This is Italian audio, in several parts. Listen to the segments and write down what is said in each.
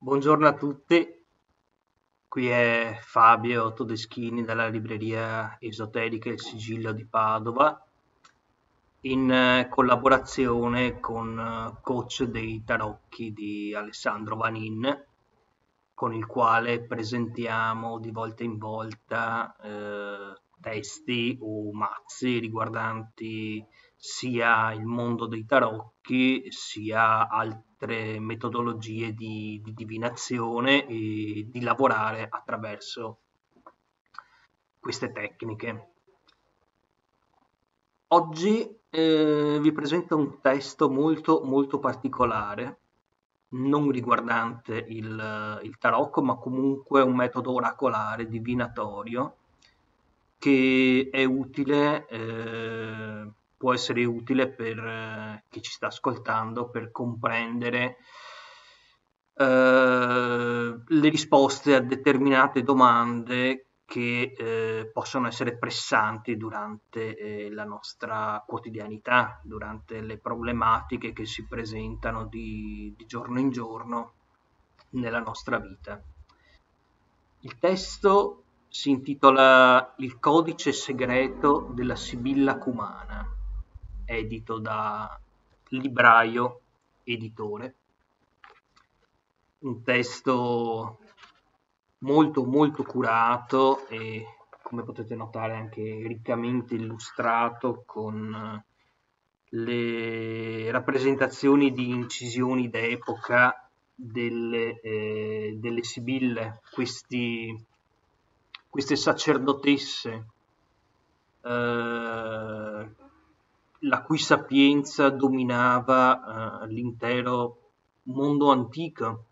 Buongiorno a tutti, qui è Fabio Todeschini dalla libreria esoterica Il Sigillo di Padova, in collaborazione con Coach dei Tarocchi di Alessandro Vanin, con il quale presentiamo di volta in volta testi o mazzi riguardanti sia il mondo dei tarocchi sia altre metodologie di divinazione e di lavorare attraverso queste tecniche. Oggi vi presento un testo molto molto particolare, non riguardante il tarocco, ma comunque un metodo oracolare divinatorio che è utile, può essere utile per chi ci sta ascoltando per comprendere le risposte a determinate domande che possono essere pressanti durante la nostra quotidianità, durante le problematiche che si presentano di giorno in giorno nella nostra vita. Il testo si intitola Il codice segreto della Sibilla Cumana, edito da Libraio Editore. Un testo molto molto curato e, come potete notare, anche riccamente illustrato con le rappresentazioni di incisioni d'epoca delle sibille, queste sacerdotesse, eh, la cui sapienza dominava l'intero mondo antico.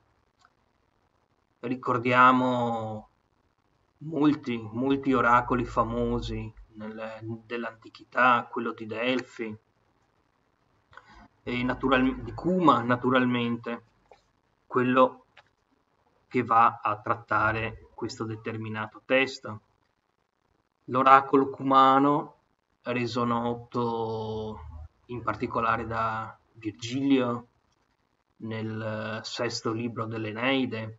Ricordiamo molti oracoli famosi dell'antichità, quello di Delfi e di Cuma, naturalmente, quello che va a trattare questo determinato testo. L'oracolo cumano, reso noto in particolare da Virgilio nel sesto libro dell'Eneide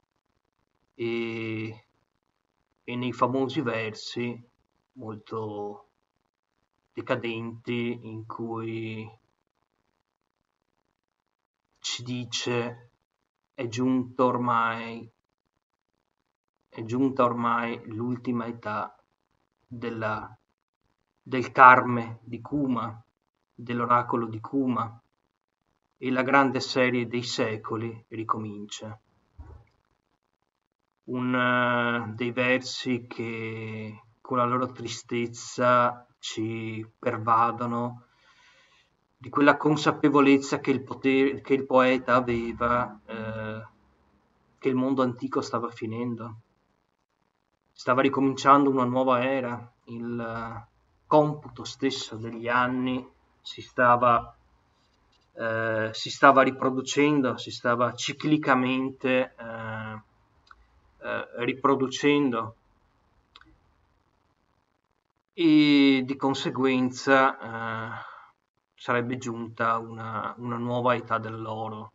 e, e nei famosi versi molto decadenti in cui ci dice è giunta ormai l'ultima età della, del Carme di Cuma, dell'oracolo di Cuma, e la grande serie dei secoli ricomincia. Dei versi che con la loro tristezza ci pervadono di quella consapevolezza che il poeta aveva, che il mondo antico stava finendo, stava ricominciando una nuova era, il computo stesso degli anni si stava riproducendo, si stava ciclicamente riproducendo e di conseguenza sarebbe giunta una nuova età dell'oro.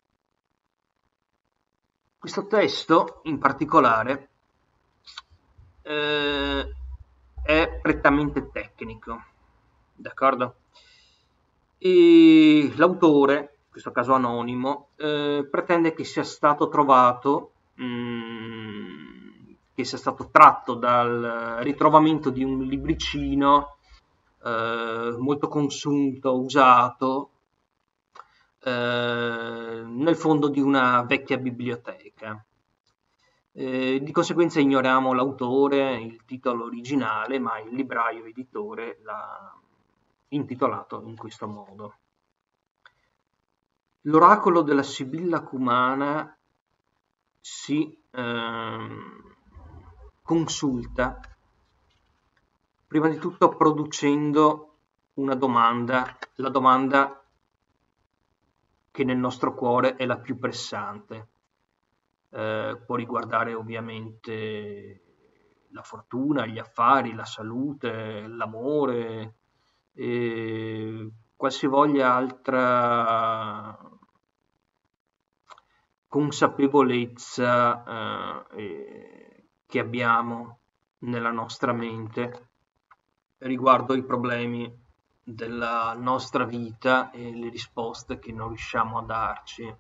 Questo testo in particolare è prettamente tecnico, d'accordo? E l'autore, in questo caso anonimo, pretende che sia stato trovato, che sia stato tratto dal ritrovamento di un libricino molto consunto, usato, nel fondo di una vecchia biblioteca. Di conseguenza ignoriamo l'autore, il titolo originale, ma il libraio editore l'ha intitolato in questo modo. L'oracolo della Sibilla Cumana si consulta prima di tutto producendo una domanda, la domanda che nel nostro cuore è la più pressante. Può riguardare ovviamente la fortuna, gli affari, la salute, l'amore e qualsivoglia consapevolezza che abbiamo nella nostra mente riguardo i problemi della nostra vita e le risposte che non riusciamo a darci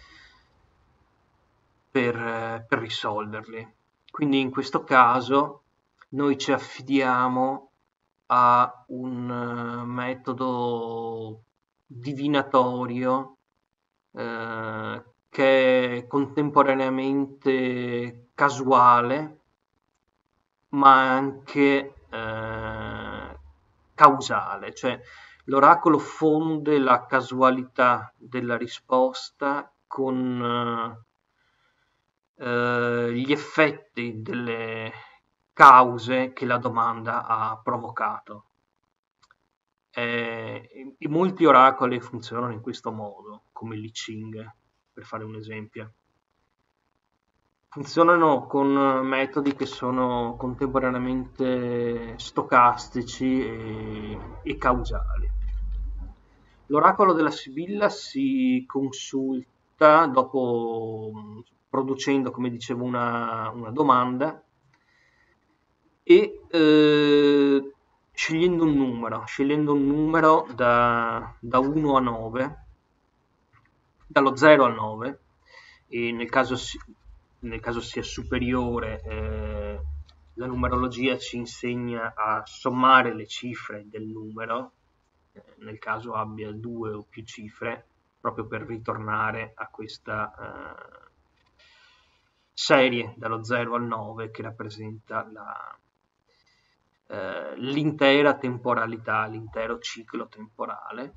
per risolverli. Quindi in questo caso noi ci affidiamo a un metodo divinatorio che è contemporaneamente casuale ma anche causale, cioè l'oracolo fonde la casualità della risposta con gli effetti delle cause che la domanda ha provocato. E molti oracoli funzionano in questo modo, come l'I Ching, per fare un esempio. Funzionano con metodi che sono contemporaneamente stocastici e causali. L'oracolo della Sibilla si consulta producendo, come dicevo, una domanda e scegliendo un numero da 1 a 9, dallo 0 al 9, e nel caso sia superiore, la numerologia ci insegna a sommare le cifre del numero, nel caso abbia 2 o più cifre, proprio per ritornare a questa serie dallo 0 al 9 che rappresenta l'intera temporalità, l'intero ciclo temporale.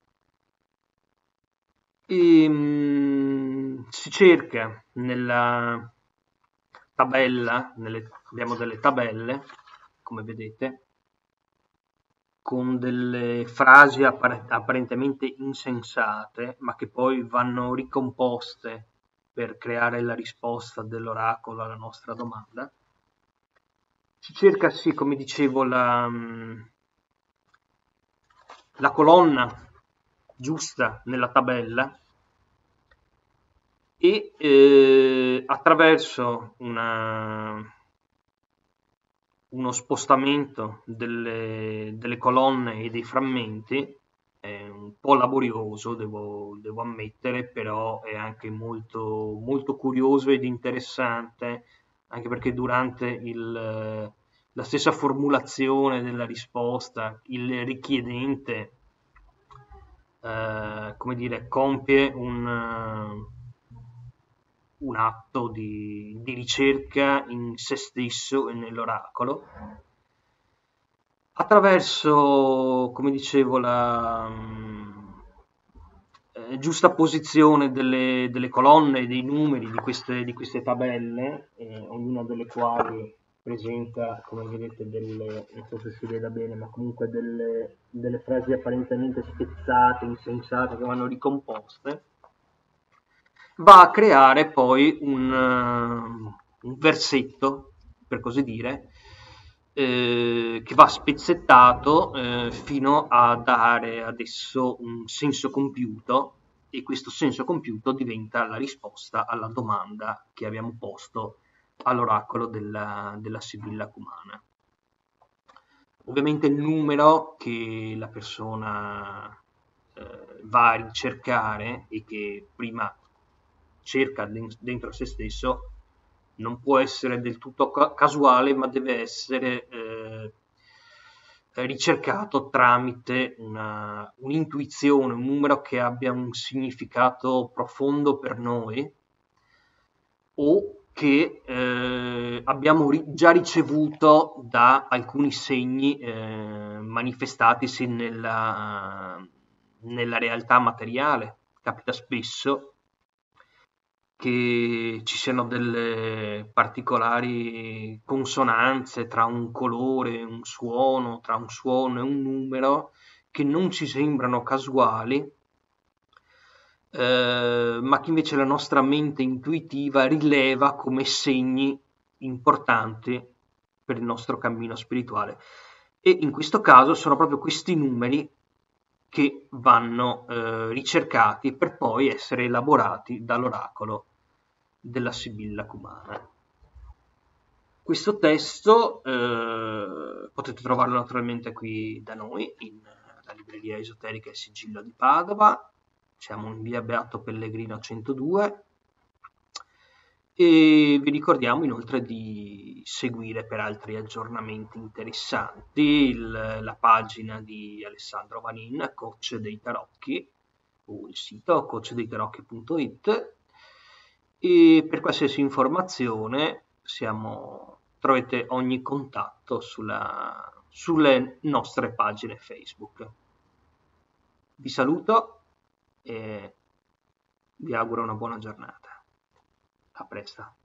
Si cerca nella tabella, abbiamo delle tabelle, come vedete, con delle frasi apparentemente insensate, ma che poi vanno ricomposte per creare la risposta dell'oracolo alla nostra domanda. Si cerca, sì, come dicevo, la colonna giusta nella tabella e attraverso uno spostamento delle colonne e dei frammenti, è un po' laborioso, devo ammettere, però è anche molto, molto curioso ed interessante, anche perché durante la stessa formulazione della risposta il richiedente come dire, compie un atto di ricerca in se stesso e nell'oracolo attraverso, come dicevo, la giusta posizione delle colonne e dei numeri di queste tabelle, ognuna delle quali presenta, come vedete, non so se si veda bene, ma comunque delle frasi apparentemente spezzate, insensate, che vanno ricomposte, va a creare poi un versetto, per così dire, che va spezzettato fino a dare adesso un senso compiuto, e questo senso compiuto diventa la risposta alla domanda che abbiamo posto all'oracolo della Sibilla Cumana. Ovviamente il numero che la persona va a ricercare e che prima cerca dentro se stesso non può essere del tutto casuale, ma deve essere ricercato tramite un'intuizione, un numero che abbia un significato profondo per noi o che abbiamo già ricevuto da alcuni segni manifestatisi nella realtà materiale. Capita spesso che ci siano delle particolari consonanze tra un colore e un suono, tra un suono e un numero, che non ci sembrano casuali, ma che invece la nostra mente intuitiva rileva come segni importanti per il nostro cammino spirituale. E in questo caso sono proprio questi numeri che vanno ricercati per poi essere elaborati dall'oracolo della Sibilla cumana. Questo testo potete trovarlo naturalmente qui da noi, nella libreria esoterica Il Sigillo di Padova. Siamo in via Beato Pellegrino 102. E vi ricordiamo inoltre di seguire per altri aggiornamenti interessanti la pagina di Alessandro Vanin, coach dei tarocchi, o il sito coachdeitarocchi.it, e per qualsiasi informazione trovate ogni contatto sulle nostre pagine Facebook. Vi saluto e vi auguro una buona giornata. A presto.